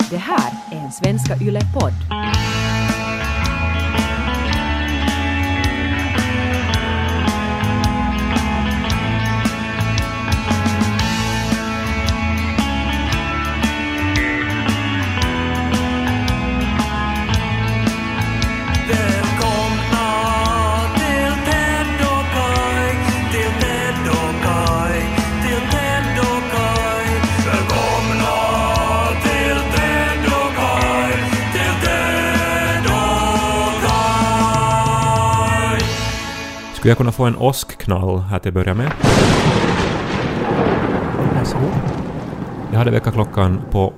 Det här är en Svenska Yle-podd. Skulle jag kunna få en åskknall här till att börja med? Varsågod. Jag hade väckarklockan på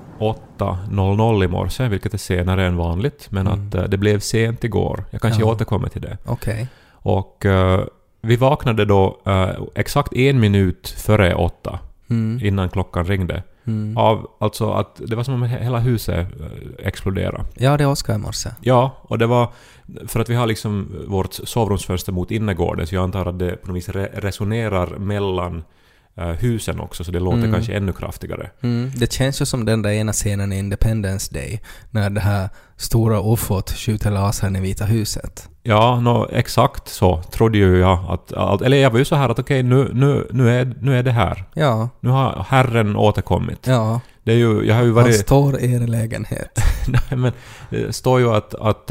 8.00 i morse, vilket är senare än vanligt. Men att det blev sent igår. Jag kanske återkommer till det. Okej. Och vi vaknade då exakt 1 minut före 8 innan klockan ringde. Av, alltså att det var som om hela huset exploderade. Ja, det åskade i morse. Ja, och det var för att vi har liksom vårt sovrumsfönster mot innergården, så jag antar att det på något vis resonerar mellan husen också, så det låter kanske ännu kraftigare. Det känns ju som den där ena scenen i Independence Day när det här stora ufot skjuter lasern i Vita huset. Ja, exakt så trodde ju jag att eller jag var ju så här att okej, nu är det här. Ja. Nu har Herren återkommit. Ja. Det är ju, jag har ju varit... Han står i er lägenhet. Nej, men det står ju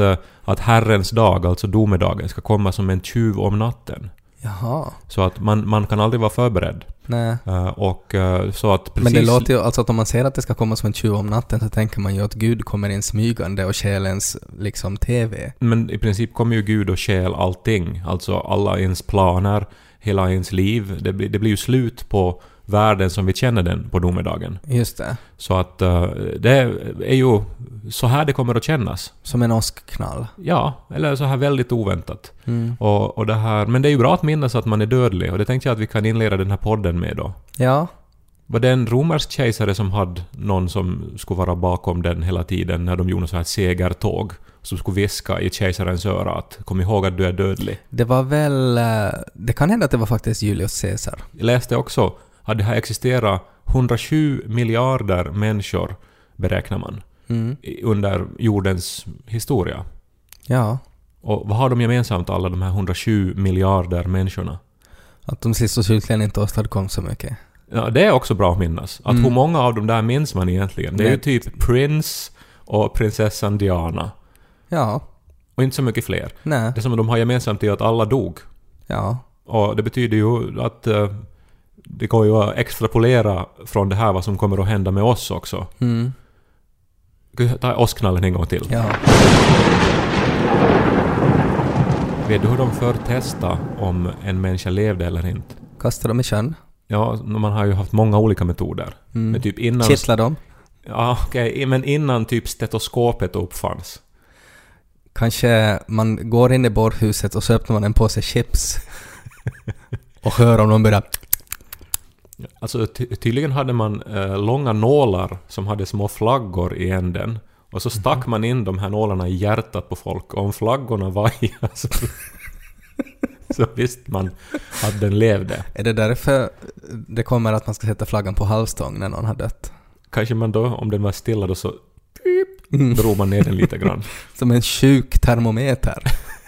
att Herrens dag, alltså domedagen, ska komma som en tjuv om natten. Jaha. Så att man kan aldrig vara förberedd. Nej. Och så att precis... Men det låter ju, alltså att om man ser att det ska komma som en tjuv om natten, så tänker man ju att Gud kommer in smygande och stjäl ens liksom TV. Men i princip kommer ju Gud och stjäl allting. Alltså alla ens planer, hela ens liv. Det blir ju slut på världen som vi känner den på domedagen. Just det. Så att det är ju så här det kommer att kännas. Som en åskknall. Ja, eller så här väldigt oväntat. Och det här, men det är ju bra att minnas att man är dödlig. Och det tänkte jag att vi kan inleda den här podden med då. Ja. Var det en romersk kejsare som hade någon som skulle vara bakom den hela tiden när de gjorde så här segertåg som skulle viska i kejsarens öra att kom ihåg att du är dödlig? Det var väl... Det kan hända att det var faktiskt Julius Caesar. Jag läste också att det har existerat 107 miljarder människor, beräknar man, under jordens historia. Ja. Och vad har de gemensamt, alla de här 107 miljarder människorna? Att de sist och slutligen inte åstadkom så mycket. Ja, det är också bra att minnas. Att hur många av dem där minns man egentligen? Det är ju typ Prince och prinsessan Diana. Ja. Och inte så mycket fler. Nej. Det som de har gemensamt är att alla dog. Ja. Och det betyder ju att det går ju att extrapolera från det här vad som kommer att hända med oss också. Ta åskknallen en gång till. Ja. Vet du hur de förr testade om en människa levde eller inte? Kastar de i sjön? Ja, man har ju haft många olika metoder. Men typ innan... Kittlar de? Ja, okej. Men innan typ stetoskopet uppfanns. Kanske man går in i borrhuset och så öppnar man en påse chips och hör om de börjar... Alltså tydligen hade man långa nålar som hade små flaggor i änden. Och så stack man in de här nålarna i hjärtat på folk. Och om flaggorna vajade så visste man att den levde. Är det därför det kommer att man ska sätta flaggan på halvstång när någon har dött? Kanske man då, om den var stilla, då så drog man ner den lite grann. Som en sjuk termometer.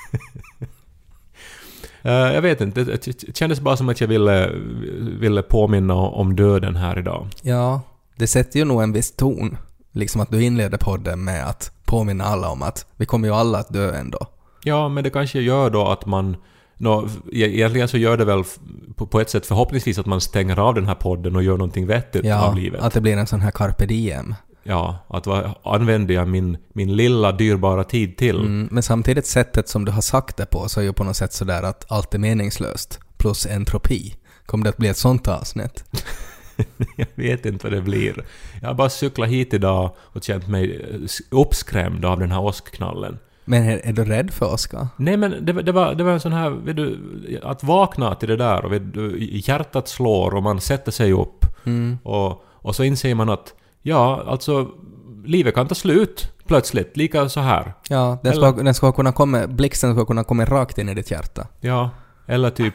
Jag vet inte, det kändes bara som att jag ville påminna om döden här idag. Ja, det sätter ju nog en viss ton. Liksom att du inleder podden med att påminna alla om att vi kommer ju alla att dö ändå. Ja, men det kanske gör då att man... egentligen så gör det väl på ett sätt förhoppningsvis att man stänger av den här podden och gör någonting vettigt av livet. Ja, att det blir en sån här carpe diem. Ja, att vad använder jag min lilla dyrbara tid till? Men samtidigt sättet som du har sagt det på så är ju på något sätt sådär att allt är meningslöst plus entropi. Kommer det att bli ett sånt avsnitt? Jag vet inte vad det blir. Jag har bara cyklat hit idag och känt mig uppskrämd av den här åskknallen. Men är du rädd för åska? Nej, men det var en sån här... Vet du, att vakna till det där och vet du, hjärtat slår och man sätter sig upp. Och så inser man att ja, alltså livet kan ta slut plötsligt, lika så här. Ja, blixten ska kunna komma rakt in i ditt hjärta. Ja, eller typ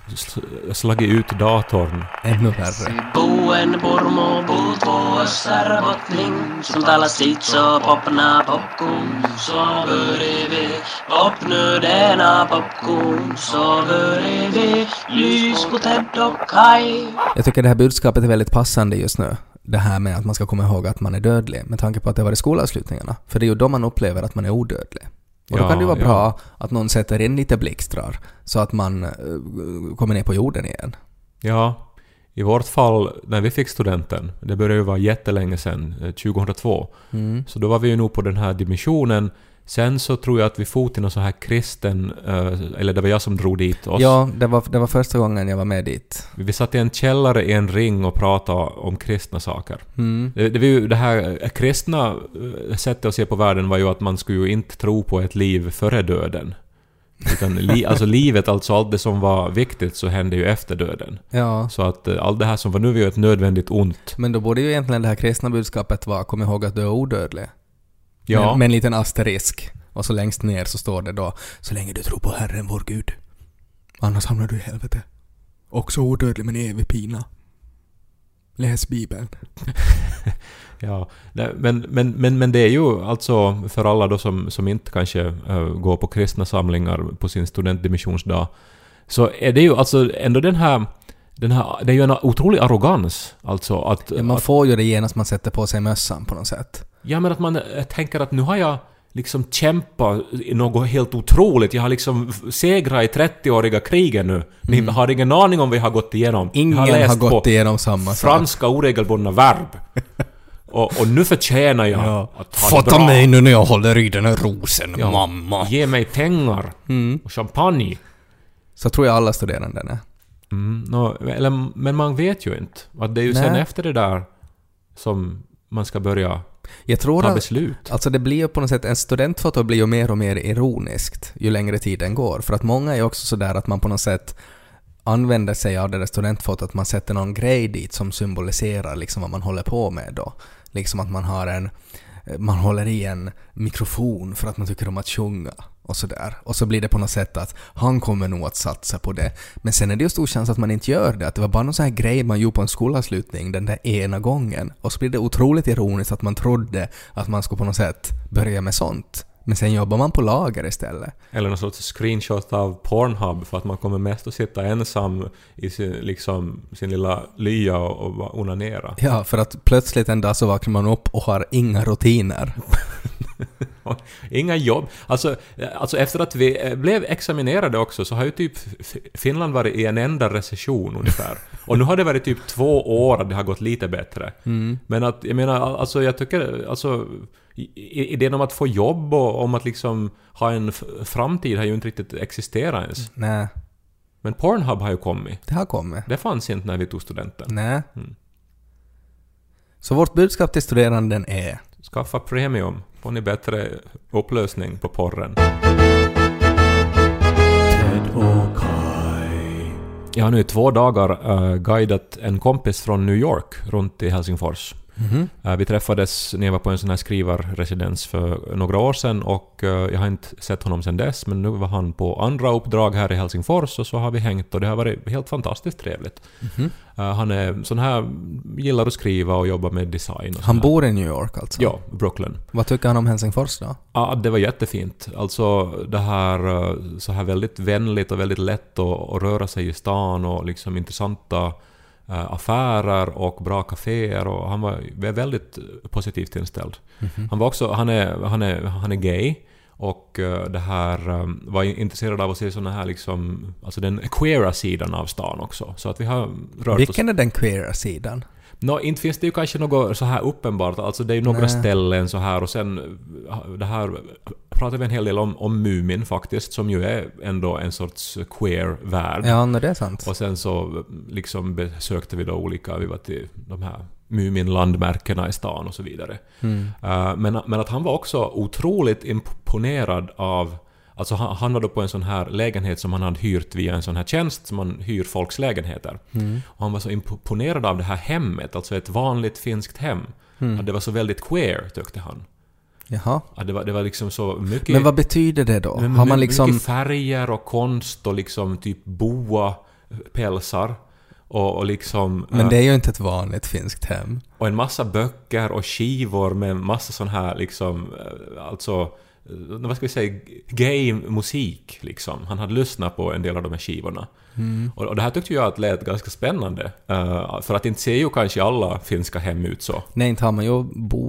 slagit ut datorn. Ännu värre. Buen pormo puutuossa bottling, som talar sitt så popna popcorn, så bredvid popnöderna popcorn, så bredvid lys på Ted och Kai. Jag tycker det här budskapet är väldigt passande just nu. Det här med att man ska komma ihåg att man är dödlig, med tanke på att det var i skolavslutningarna. För det är ju då man upplever att man är odödlig. Och då kan det ju vara bra att någon sätter in lite blixtrar så att man kommer ner på jorden igen. Ja, i vårt fall när vi fick studenten, det började ju vara jättelänge sedan, 2002. Så då var vi ju nog på den här dimensionen. Sen så tror jag att vi får till någon så här kristen, eller det var jag som drog dit oss. Ja, det var första gången jag var med dit. Vi satt i en källare i en ring och pratade om kristna saker. Det här kristna sättet att se på världen var ju att man skulle ju inte tro på ett liv före döden. Utan alltså livet, alltså allt det som var viktigt så hände ju efter döden. Ja. Så att allt det här som var nu är ju ett nödvändigt ont. Men då borde ju egentligen det här kristna budskapet vara kom ihåg att du är odödlig. Ja. Med en liten asterisk. Och så längst ner så står det då så länge du tror på Herren vår Gud. Annars hamnar du i helvete. Också odödlig men evig pina. Läs Bibeln. Ja, men det är ju alltså för alla då som inte kanske går på kristna samlingar på sin studentdimissionsdag, så är det ju alltså ändå den här det är ju en otrolig arrogans alltså att ja, man får ju det genast man sätter på sig mössan på något sätt. Ja, men att man tänker att nu har jag liksom kämpat i något helt otroligt. Jag har liksom segrat i 30-åriga krigen nu. Ni har ingen aning om vad jag har gått igenom. Ingen har gått igenom samma sak. Franska oregelbundna verb. Och nu förtjänar jag att ha fatta mig nu när jag håller i den här rosen, mamma. Ge mig pengar och champagne. Så tror jag alla studerande är. Men man vet ju inte. Att det är ju sen efter det där som man ska börja ta beslut. Alltså det blir ju på något sätt, en studentfoto blir ju mer och mer ironiskt ju längre tiden går. För att många är också sådär att man på något sätt använder sig av det där studentfotot, att man sätter någon grej dit som symboliserar liksom vad man håller på med då. Liksom att man håller i en mikrofon för att man tycker om att sjunga och sådär. Och så blir det på något sätt att han kommer nog att satsa på det. Men sen är det ju stor chans att man inte gör det. Att det var bara någon sån här grej man gjorde på en skolavslutning den där ena gången. Och så blir det otroligt ironiskt att man trodde att man skulle på något sätt börja med sånt. Men sen jobbar man på lager istället. Eller någon sorts screenshot av Pornhub för att man kommer mest att sitta ensam i sin lilla lya och onanera. Ja, för att plötsligt en dag så vaknar man upp och har inga rutiner. Inga jobb. Alltså efter att vi blev examinerade också så har ju typ Finland varit i en enda recession ungefär. Och nu har det varit typ 2 år att det har gått lite bättre. Men att, jag menar, alltså jag tycker, alltså idén om att få jobb och om att liksom ha en framtid har ju inte riktigt existerat ens. Nej. Men Pornhub har ju kommit. Det har kommit. Det fanns inte när vi tog studenten. Nej. Så vårt budskap till studeranden är: skaffa premium. Får ni bättre upplösning på porren. Jag har nu i 2 dagar guidat en kompis från New York runt i Helsingfors. Vi träffades när jag var på en sån här skrivarresidens för några år sedan och jag har inte sett honom sedan dess, men nu var han på andra uppdrag här i Helsingfors och så har vi hängt och det har varit helt fantastiskt trevligt. Han är sån här, gillar att skriva och jobba med design. Och han bor i New York alltså? Ja, Brooklyn. Vad tycker han om Helsingfors då? Ja, det var jättefint. Alltså det här så här väldigt vänligt och väldigt lätt att röra sig i stan och liksom intressanta affärer och bra kaféer och han var väldigt positivt inställd. Han var också han är gay och det här var intresserad av att se såna här liksom alltså den queera sidan av stan också, så att vi har rört Vilken är den queera sidan? Inte finns det ju kanske något så här uppenbart. Alltså det är ju några ställen så här och sen det här pratar vi en hel del om Mumin faktiskt, som ju är ändå en sorts queer-värld. Ja, det är sant. Och sen så liksom besökte vi då olika, vi var till de här Mumin-landmärkena i stan och så vidare. Men att han var också otroligt imponerad av, alltså han var då på en sån här lägenhet som han hade hyrt via en sån här tjänst som man hyr folks lägenheter. Och han var så imponerad av det här hemmet, alltså ett vanligt finskt hem. Att det var så väldigt queer, tyckte han. Jaha. Att det var liksom så mycket... Men vad betyder det då? Har man liksom... Mycket färger och konst och liksom typ boa pälsar och liksom... Men det är ju inte ett vanligt finskt hem. Och en massa böcker och skivor med massa sån här liksom, alltså, vad ska vi säga, gay musik liksom. Han hade lyssnat på en del av de här skivorna. Och det här tyckte jag att lät ganska spännande. För att inte ser ju kanske alla finska hem ut så. Nej, inte har man ju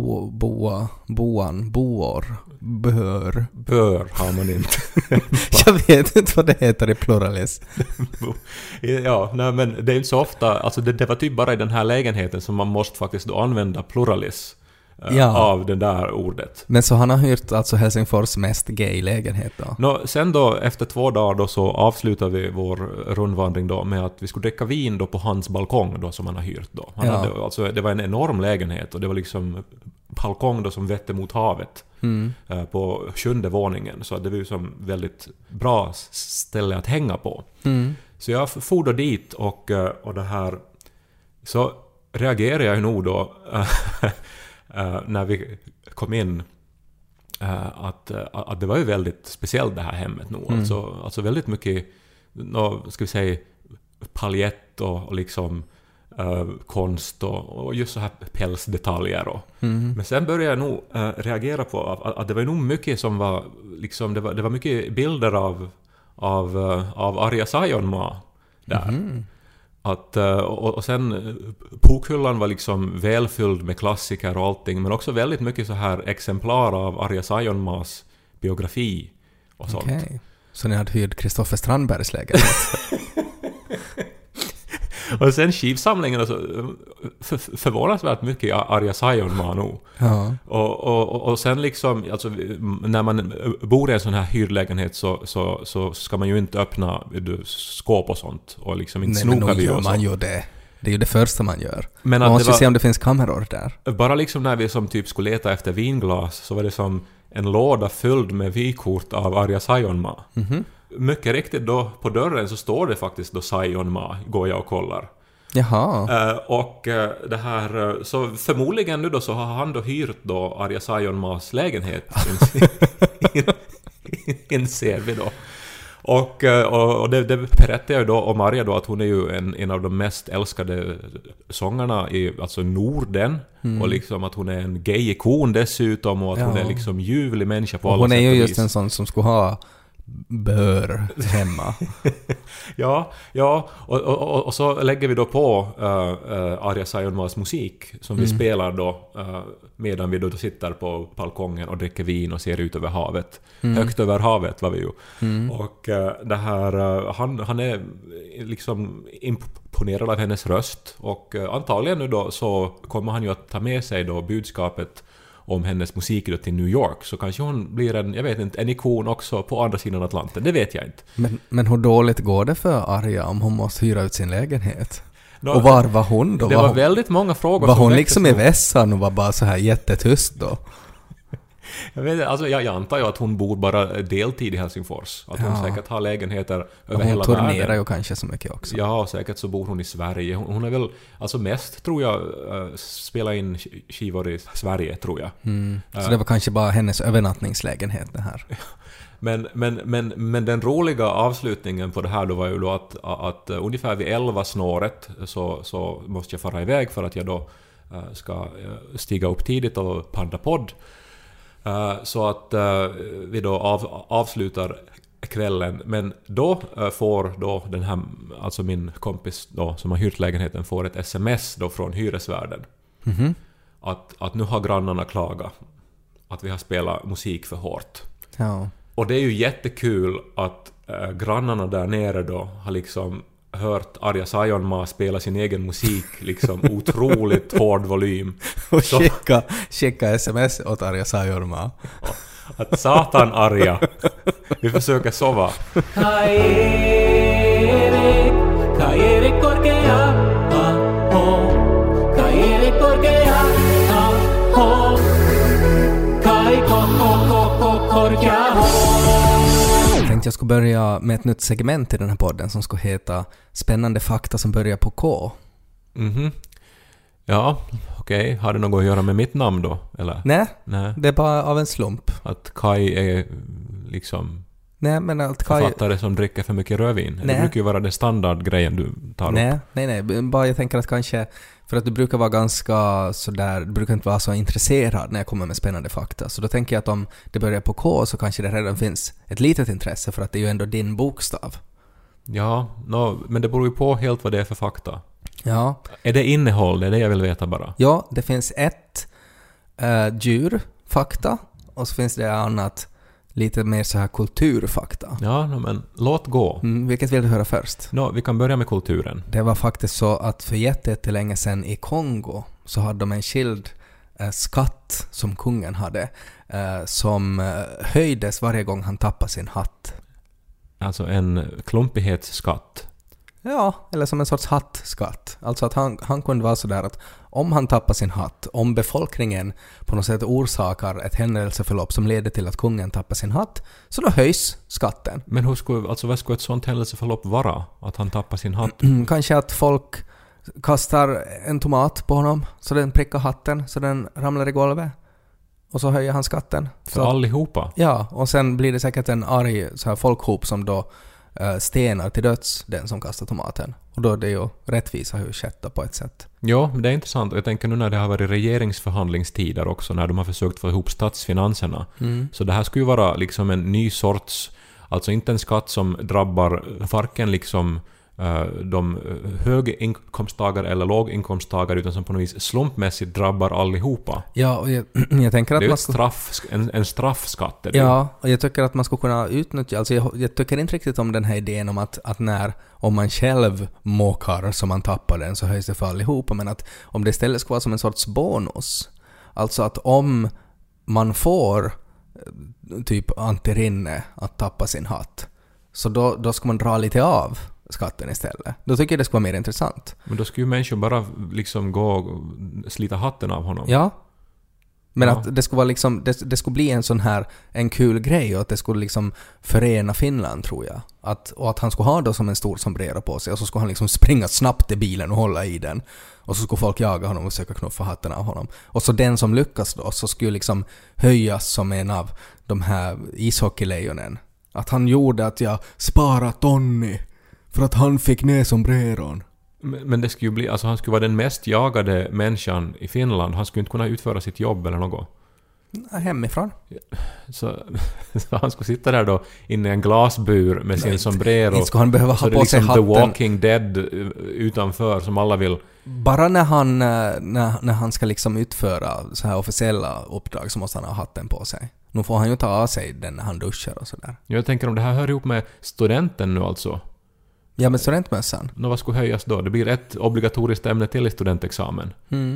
boor. Bör har man inte. Jag vet inte vad det heter i pluralis. Ja, nej, men det är inte så ofta, alltså det var typ bara i den här lägenheten som man måste faktiskt då använda pluralis av det där ordet. Men så han har hyrt alltså Helsingfors mest gay-lägenhet då? Sen då, efter 2 dagar då, så avslutade vi vår rundvandring då med att vi skulle dricka vin då på hans balkong då som han har hyrt då. Hade, alltså, det var en enorm lägenhet och det var liksom balkong då som vette mot havet på 7:e våningen, så det var ju som väldigt bra ställe att hänga på. Så jag for då dit och det här, så reagerade jag nog då när vi kom in att det var ju väldigt speciellt det här hemmet nog. Alltså väldigt mycket, ska vi säga, paljett och liksom konst och just så här pälsdetaljer. Men sen började jag nog reagera på att det var nog mycket som var liksom, det var mycket bilder av Arja Saijonmaa där. Och sen bokhyllan var liksom välfylld med klassiker och allting, men också väldigt mycket så här exemplar av Arja Saijonmaas biografi och sånt. Okej. Så ni hade hyrt Kristoffer Strandbergs lägenhet? Och sen skivsamlingen, alltså, förvånansvärt mycket Arja Saijonmaa nog. Ja. Och sen liksom, alltså, när man bor i en sån här hyrlägenhet så ska man ju inte öppna skåp och sånt och liksom inte snoka vid och man gör det. Det är ju det första man gör. Men man måste se om det finns kameror där. Bara liksom när vi som typ skulle leta efter vinglas så var det som en låda fylld med vykort av Arja Saijonmaa. Mycket riktigt då på dörren så står det faktiskt då Saijonmaa, går jag och kollar. Jaha. Och det här, så förmodligen nu då så har han då hyrt då Arja Saijonmaas lägenhet. Inser vi då. Och det berättar jag ju då om Arja då, att hon är ju en av de mest älskade sångarna i alltså Norden. Och liksom att hon är en gay-ikon dessutom, och att hon är liksom ljuvlig människa på alla sätt och vis. Hon är ju just en sån som skulle ha bör hemma. ja, och så lägger vi då på Arja Saijonmaas musik som vi spelar då medan vi då sitter på balkongen och dricker vin och ser ut över havet. Högt över havet var vi ju. Och det här, han är liksom imponerad av hennes röst, och antagligen nu då så kommer han ju att ta med sig då budskapet om hennes musik då till New York, så kanske hon blir en ikon också på andra sidan Atlanten, det vet jag inte. Men hur dåligt går det för Arja om hon måste hyra ut sin lägenhet? Och var var hon då? Det var väldigt många frågor. Var hon liksom i vässan och var bara så här jättetyst då? Jag vet, alltså jag antar ju att hon bor bara deltid i Helsingfors. Att hon säkert har lägenheter över hela världen. Hon turnerar ju kanske så mycket också. Ja, säkert så bor hon i Sverige. Hon är väl, alltså mest tror jag, spela in skivor i Sverige, tror jag. Så det var kanske bara hennes övernattningslägenhet det här. Men den roliga avslutningen på det här då var ju då att ungefär vid 11 snåret så måste jag fara iväg för att jag då ska stiga upp tidigt och panda podd. Så att vi då avslutar kvällen, men då får då den här, alltså min kompis då som har hyrt lägenheten, får ett sms då från hyresvärden att nu har grannarna klagat att vi har spelat musik för hårt. Ja. Och det är ju jättekul att grannarna där nere då har liksom hört Arja Saijonmaa spela sin egen musik liksom otroligt hård volym. Och skicka sms åt Arja Saijonmaa. Att satan Arja, vi försöker sova. Kairi korkea, kairi korkea, kai korkea. Jag tänkte jag skulle börja med ett nytt segment i den här podden som ska heta Spännande fakta som börjar på K. Ja, okej. Har det något att göra med mitt namn då? Eller? Nej, det är bara av en slump. Att Kai är liksom... Nej, men att Kai... Författare som dricker för mycket rödvin. Nej. Det brukar ju vara den standardgrejen du tar upp. Nej. Bara jag tänker att kanske... För att du brukar vara ganska sådär... Du brukar inte vara så intresserad när jag kommer med spännande fakta. Så då tänker jag att om det börjar på K så kanske det redan finns ett litet intresse för att det är ju ändå din bokstav. Ja, men det beror ju på helt vad det är för fakta. Ja. Är det innehåll? Det är det jag vill veta bara. Ja, det finns ett djurfakta och så finns det annat lite mer så här kulturfakta. Ja, men låt gå. Vilket vill du höra först? Vi kan börja med kulturen. Det var faktiskt så att för jättelänge sedan i Kongo så hade de en skild skatt som kungen hade som höjdes varje gång han tappade sin hatt. Alltså en klumpighetsskatt. Ja, eller som en sorts hattskatt. Alltså att han kunde vara sådär att om han tappar sin hatt, om befolkningen på något sätt orsakar ett händelseförlopp som leder till att kungen tappar sin hatt, så då höjs skatten. Men vad skulle ett sånt händelseförlopp vara? Att han tappar sin hatt? Kanske att folk kastar en tomat på honom så den prickar hatten så den ramlar i golvet. Och så höjer han skatten. För allihopa? Ja, och sen blir det säkert en arg så här folkhop som då stenar till döds den som kastar tomaten. Och då är det ju rättvisa hur skett på ett sätt. Ja, det är intressant. Och jag tänker nu när det har varit regeringsförhandlingstider också, när de har försökt få ihop statsfinanserna. Så det här skulle ju vara liksom en ny sorts, alltså inte en skatt som drabbar varken liksom de höginkomsttagare eller låginkomsttagare, utan som på något vis slumpmässigt drabbar allihopa. Ja, och jag tänker att det är man en straffskatt. Ja, och jag tycker att man ska kunna utnyttja, alltså jag tycker inte riktigt om den här idén om att om man själv måkar så man tappar den så höjs det för allihopa, men att om det istället ska vara som en sorts bonus, alltså att om man får typ antirinne att tappa sin hatt, så då ska man dra lite av skatten istället. Då tycker jag det ska vara mer intressant. Men då skulle ju människor bara liksom gå och slita hatten av honom. Ja. Men att det skulle vara liksom, det skulle bli en sån här en kul grej, och att det skulle liksom förena Finland, tror jag. Och att han skulle ha då som en stor sombrero på sig, och så skulle han liksom springa snabbt till bilen och hålla i den. Och så skulle folk jaga honom och försöka knuffa hatten av honom. Och så den som lyckas då, så skulle liksom höjas som en av de här ishockeylejonen. Att han gjorde att jag sparat Tonni för att han fick ner sombreron. Men det skulle ju bli, alltså han skulle vara den mest jagade människan i Finland. Han skulle inte kunna utföra sitt jobb eller något. Hemifrån. Så han skulle sitta där då inne i en glasbur med sin sombrero. Inte skulle han behöva ha på sig liksom hatten. The Walking Dead utanför som alla vill. Bara när han ska liksom utföra så här officiella uppdrag så måste han ha hatten på sig. Nu får han ju ta av sig den när han duschar och sådär. Jag tänker om det här hör ihop med studenten nu alltså. Ja, med studentmössan. Vad skulle höjas då? Det blir ett obligatoriskt ämne till i studentexamen.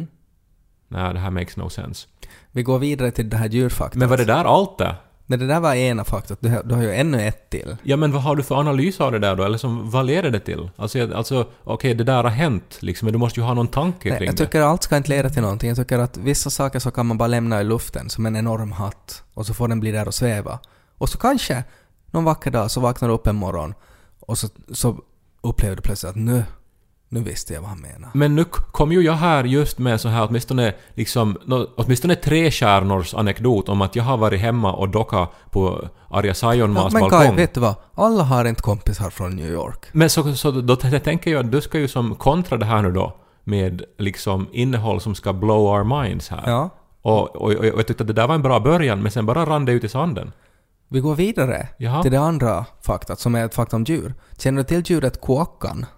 Nej, det här makes no sense. Vi går vidare till det här djurfaktat. Men var det där allt det? Nej, det där var ena faktat. Du har ju ännu ett till. Ja, men vad har du för analys av det där då? Eller vad leder det till? Alltså okej, det där har hänt liksom, men du måste ju ha någon tanke kring det. Jag tycker att allt ska inte leda till någonting. Jag tycker att vissa saker så kan man bara lämna i luften som en enorm hatt, och så får den bli där och sväva. Och så kanske någon vacker dag så vaknar du upp en morgon och så upplever du plötsligt att nu visste jag vad han menar. Men nu kom ju jag här just med så här åtminstone 3 stjärnors anekdot om att jag har varit hemma och dockat på Arja Saijonmaas balkong. Men Kai, vet du vad? Alla har inte kompisar från New York. Men så då tänker jag att du ska ju som kontra det här nu då med liksom innehåll som ska blow our minds här. Ja. Och jag tyckte att det där var en bra början, men sen bara rann det ut i sanden. Vi går vidare till det andra faktat som är ett fakta om djur. Känner du till djuret kuokkan?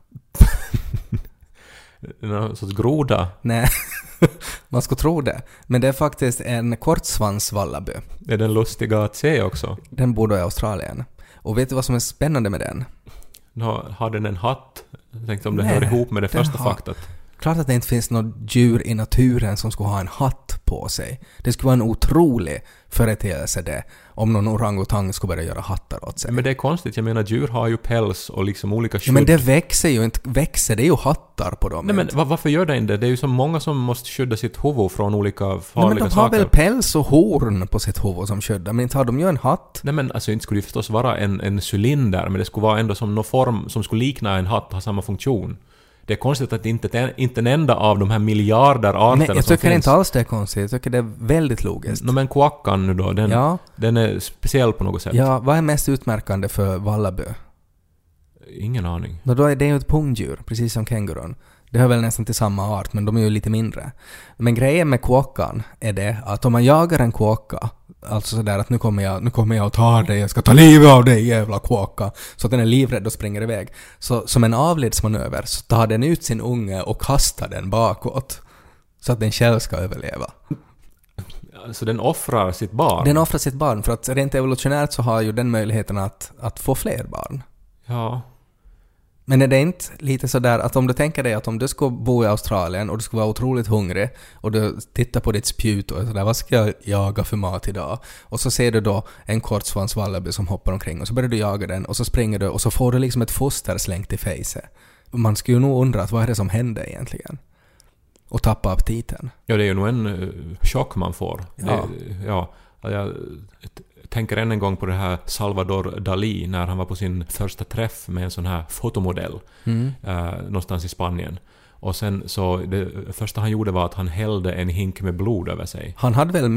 Någon sorts groda? Nej, man ska tro det. Men det är faktiskt en kortsvansvallabö. Är den lustiga att se också? Den bor då i Australien. Och vet du vad som är spännande med den? Har den en hatt? Jag tänkte om det hör ihop med det första faktat. Klart att det inte finns något djur i naturen som skulle ha en hatt på sig. Det skulle vara en otrolig företeelse det, om någon orangutang skulle börja göra hattar åt sig. Men det är konstigt, jag menar djur har ju päls och liksom olika skydd. Ja, men det växer ju inte, det är ju hattar på dem. Nej, men varför gör det inte? Det är ju så många som måste skydda sitt huvud från olika farliga saker. Nej, men de har väl päls och horn på sitt huvud som skyddar, men inte har de ju en hatt. Nej, men alltså inte skulle det förstås vara en cylinder, men det skulle vara ändå som någon form som skulle likna en hatt, ha samma funktion. det är konstigt att inte en enda av de här miljarder arterna Nej, jag som tycker finns... inte alls det är konstigt. Jag tycker det är väldigt logiskt. Men kvackan nu då, den är speciell på något sätt. Ja, vad är mest utmärkande för vallabö? Ingen aning. Då är det ju ett pungdjur, precis som kängurun. Det hör väl nästan till samma art, men de är ju lite mindre. Men grejen med kåkan är det att om man jagar en kåka, alltså sådär att nu kommer jag och tar dig, jag ska ta livet av dig jävla kåka, så att den är livrädd och springer iväg. Så som en avledsmanöver så tar den ut sin unge och kastar den bakåt så att den själv ska överleva. Så den offrar sitt barn? Den offrar sitt barn, för att rent evolutionärt så har ju den möjligheten att få fler barn. Ja. Men är det inte lite sådär att om du tänker dig att om du ska bo i Australien och du ska vara otroligt hungrig och du tittar på ditt spjut och sådär, vad ska jag jaga för mat idag? Och så ser du då en kortsvans vallaby som hoppar omkring och så börjar du jaga den och så springer du och så får du liksom ett foster slängt i fejset. Man skulle ju nog undra att vad är det som händer egentligen? Och tappa aptiten. Ja, det är ju nog en chock man får. Ja. Jag tänker än en gång på det här Salvador Dalí när han var på sin första träff med en sån här fotomodell någonstans i Spanien. Och sen så det första han gjorde var att han hällde en hink med blod över sig. Han hade väl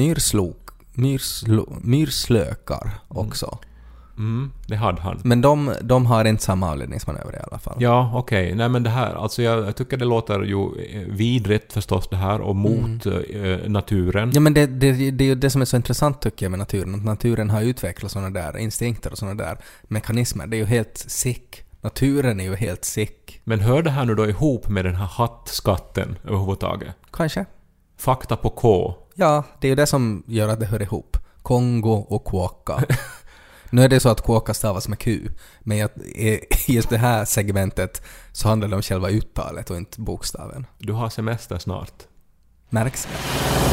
myrslökar också. Det hade han. Men de har inte samma avledningsmanöver i alla fall. Ja, okej. Nej, men det här, alltså jag tycker det låter ju vidrigt förstås det här och mot naturen. Ja, men det är ju det som är så intressant tycker jag med naturen. Att naturen har utvecklat sådana där instinkter och sådana där mekanismer. Det är ju helt sick. Naturen är ju helt sick. Men hör det här nu då ihop med den här hattskatten överhuvudtaget? Kanske. Fakta på K. Ja, det är ju det som gör att det hör ihop. Kongo och kåka. Nu är det så att kåka stavas med Q, men i just det här segmentet så handlar det om själva uttalet och inte bokstaven. Du har semester snart. Märks det?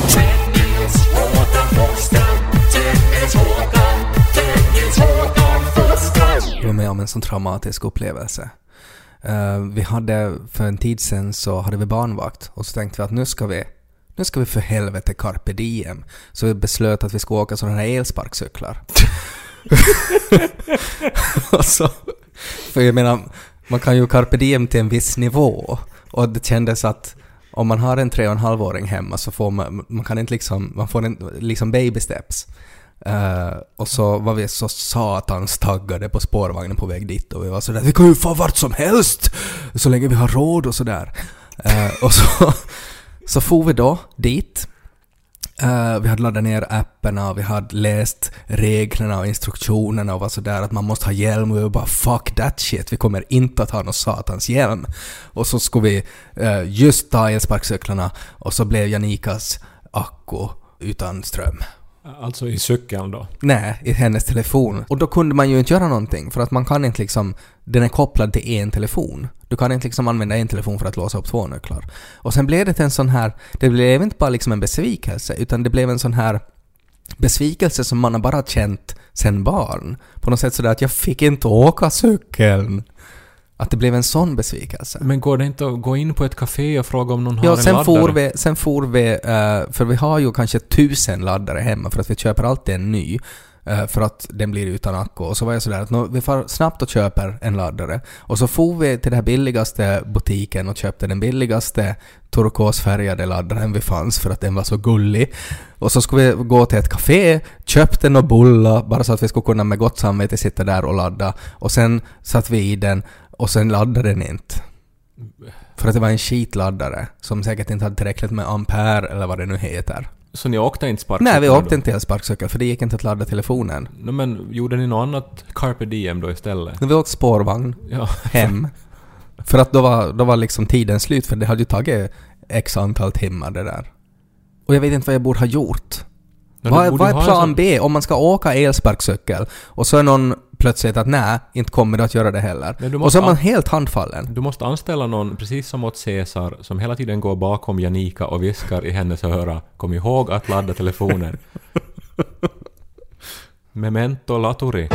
Jag var med om en sån traumatisk upplevelse. Vi hade för en tid sedan så hade vi barnvakt och så tänkte vi att nu ska vi för helvete carpe diem. Så vi beslöt att vi ska åka sådana här elsparkcyklar. Alltså, för jag menar, man kan ju carpe diem till en viss nivå och det kändes att om man har en 3,5-åring hemma så får man kan inte liksom, man får en liksom baby steps. Och så var vi så satans taggade på spårvagnen på väg dit och vi var sådär, vi kan ju få vart som helst så länge vi har råd och sådär. Och så får vi då dit. Vi hade laddat ner apparna och vi hade läst reglerna och instruktionerna och var sådär att man måste ha hjälm och vi bara fuck that shit, vi kommer inte att ha någon satans hjälm. Och så skulle vi just ta elsparkcyklarna och så blev Janikas akku utan ström. Alltså i cykeln då? Nej, i hennes telefon. Och då kunde man ju inte göra någonting för att man kan inte liksom, den är kopplad till en telefon. Du kan inte liksom använda en telefon för att låsa upp 2 nycklar. Och sen blev det en sån här, det blev inte bara liksom en besvikelse utan det blev en sån här besvikelse som man har bara känt sen barn. På något sätt sådär att jag fick inte åka cykeln. Att det blev en sån besvikelse. Men går det inte att gå in på ett café och fråga om någon har en sen laddare? Sen får vi för vi har ju kanske 1000 laddare hemma för att vi köper alltid en ny för att den blir utan akku. Och så var jag sådär att vi får snabbt och köper en laddare. Och så får vi till den här billigaste butiken och köpte den billigaste turkosfärgade laddaren vi fanns för att den var så gullig. Och så skulle vi gå till ett café, köpte några bullar bara så att vi skulle kunna med gott samvete sitta där och ladda. Och sen satt vi i den och sen laddade den inte. För att det var en skitladdare som säkert inte hade tillräckligt med ampere eller vad det nu heter. Så ni åkte inte sparkcykel? Nej, vi åkte inte till sparkcykel för det gick inte att ladda telefonen. No, men gjorde ni något annat carpe diem då istället? Vi åkte spårvagn hem. För att då var liksom tiden slut för det hade ju tagit x antal timmar det där. Och jag vet inte vad jag borde ha gjort. Vad är plan B om man ska åka elsparkcykel och så är någon plötsligt att nej, inte kommer du att göra det heller. Och så är man helt handfallen. Du måste anställa någon, precis som åt Cesar, som hela tiden går bakom Janika och viskar i hennes öra: kom ihåg att ladda telefonen. Memento laturi.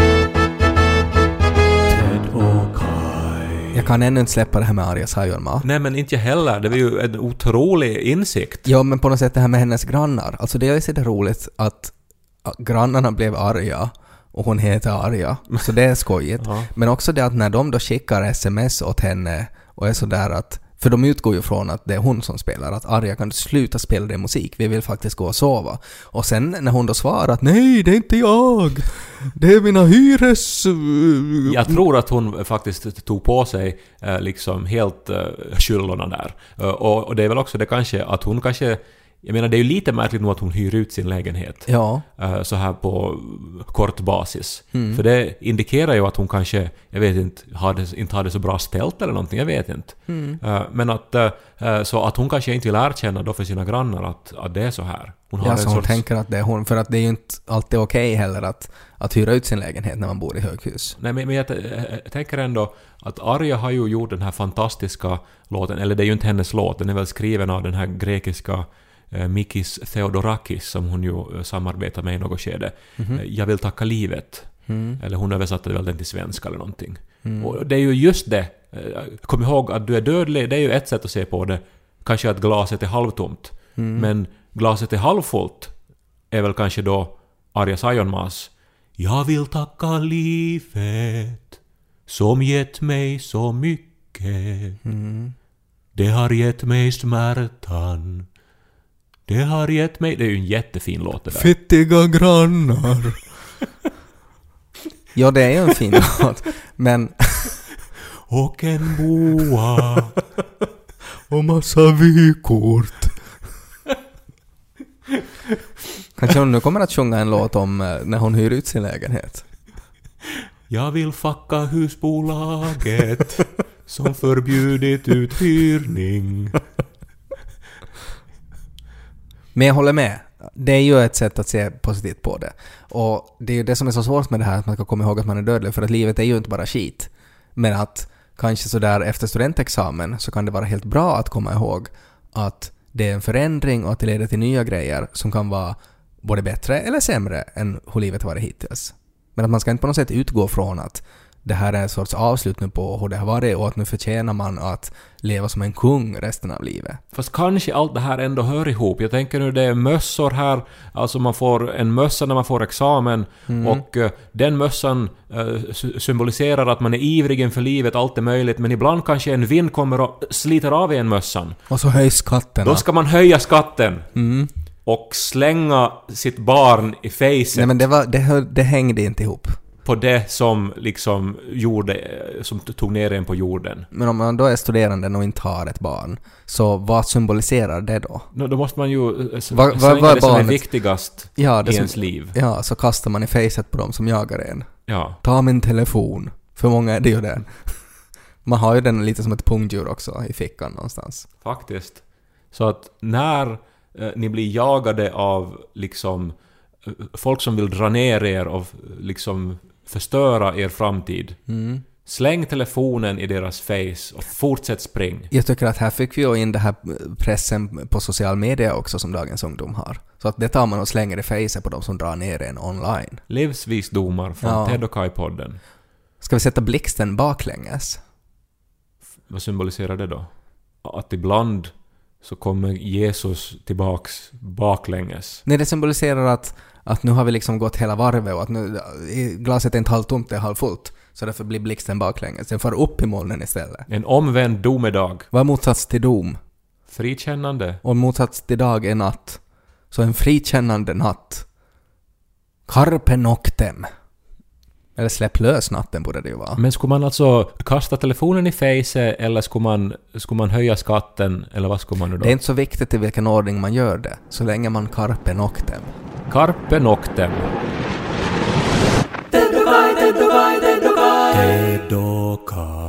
Jag kan ännu inte släppa det här med Arja Saijonmaa. Nej, men inte jag heller. Det var ju en otrolig insikt. Ja, men på något sätt det här med hennes grannar. Alltså det är ju så roligt att grannarna blev arga och hon heter Arja. Så det är skojigt. Ja. Men också det att när de då skickar sms åt henne och är så där att, för de utgår ju från att det är hon som spelar, att Arya, kan du sluta spela din musik, vi vill faktiskt gå och sova. Och sen när hon då svarar att nej, det är inte jag, det är mina hyres... Jag tror att hon faktiskt tog på sig liksom helt skyllorna där. Och det är väl också det kanske att hon kanske... Jag menar, det är ju lite märkligt nu att hon hyr ut sin lägenhet. Ja. Så här på kort basis. För det indikerar ju att hon kanske, jag vet inte hade så bra ställt eller någonting, jag vet inte. Men att, så att hon kanske inte vill erkänna då för sina grannar att det är så här. Hon har så hon tänker att det är hon, för att det är ju inte alltid okej heller att hyra ut sin lägenhet när man bor i höghus. Nej, men jag tänker ändå att Arya har ju gjort den här fantastiska låten, eller det är ju inte hennes låt, den är väl skriven av den här grekiska Mikis Theodorakis som hon ju samarbetar med i något skede. Jag vill tacka livet. Eller hon översatte väl den till svenska eller någonting. Och det är ju just det. Kom ihåg att du är dödlig, det är ju ett sätt att se på det. Kanske att glaset är halvtomt. Men glaset är halvfullt är väl kanske då Arya Saijonmaas. Jag vill tacka livet som gett mig så mycket. Det har gett mig smärtan. Det har gett mig... Det är ju en jättefin låt det där. Fittiga grannar. Ja, det är ju en fin låt. Men... Och en boa. Och massa vykort. Kanske hon nu kommer att sjunga en låt om när hon hyr ut sin lägenhet. Jag vill fucka husbolaget som förbjudit uthyrning. Men jag håller med. Det är ju ett sätt att se positivt på det. Och det är ju det som är så svårt med det här, att man ska komma ihåg att man är dödlig. För att livet är ju inte bara skit. Men att kanske så där efter studentexamen så kan det vara helt bra att komma ihåg att det är en förändring och att det leder till nya grejer som kan vara både bättre eller sämre än hur livet har varit hittills. Men att man ska inte på något sätt utgå från att det här är en sorts avslutning på hur det har varit och att nu förtjänar man att leva som en kung resten av livet. Fast kanske allt det här ändå hör ihop. Jag tänker nu det är mössor här. Alltså man får en mössa när man får examen. Och den mössan symboliserar att man är ivrig inför livet, allt är möjligt. Men ibland kanske en vind kommer och sliter av en mössan. Och så höjs skatterna. Då ska man höja skatten. Och slänga sitt barn i facet. Nej, men det hängde inte ihop. På det som liksom som tog ner en på jorden. Men om man då är studerande och inte har ett barn, så vad symboliserar det då? Då måste man ju slänga det som är viktigast i ens liv. Ja, så kastar man i facet på dem som jagar en. Ja. Ta min telefon. För många är det ju det. Man har ju den lite som ett pungdjur också i fickan någonstans. Faktiskt. Så att när ni blir jagade av liksom folk som vill dra ner er och liksom förstöra er framtid. Släng telefonen i deras face och fortsätt spring. Jag tycker att här fick vi ju in det här pressen på social media också som dagens ungdom har. Så att det tar man och slänger i facet på de som drar ner en online. Livsvisdomar från Ted och Kai-podden. Ska vi sätta blixten baklänges? Vad symboliserar det då? Att ibland så kommer Jesus tillbaks baklänges. Nej, det symboliserar att nu har vi liksom gått hela varvet och att nu glaset är inte halvtomt, det är halvfullt. Så därför blir blixten baklänges. Den far upp i molnen istället. En omvänd domedag. Vad är motsats till dom? Frikännande. Och motsats till dag är natt. Så en frikännande natt. Carpe noctem. Eller släpp lös natten borde det ju vara. Men skulle man alltså kasta telefonen i face eller skulle man höja skatten eller vad skulle man nu då? Det är inte så viktigt i vilken ordning man gör det. Så länge man carpe noctem. Carpe noctem. Ted och Kai.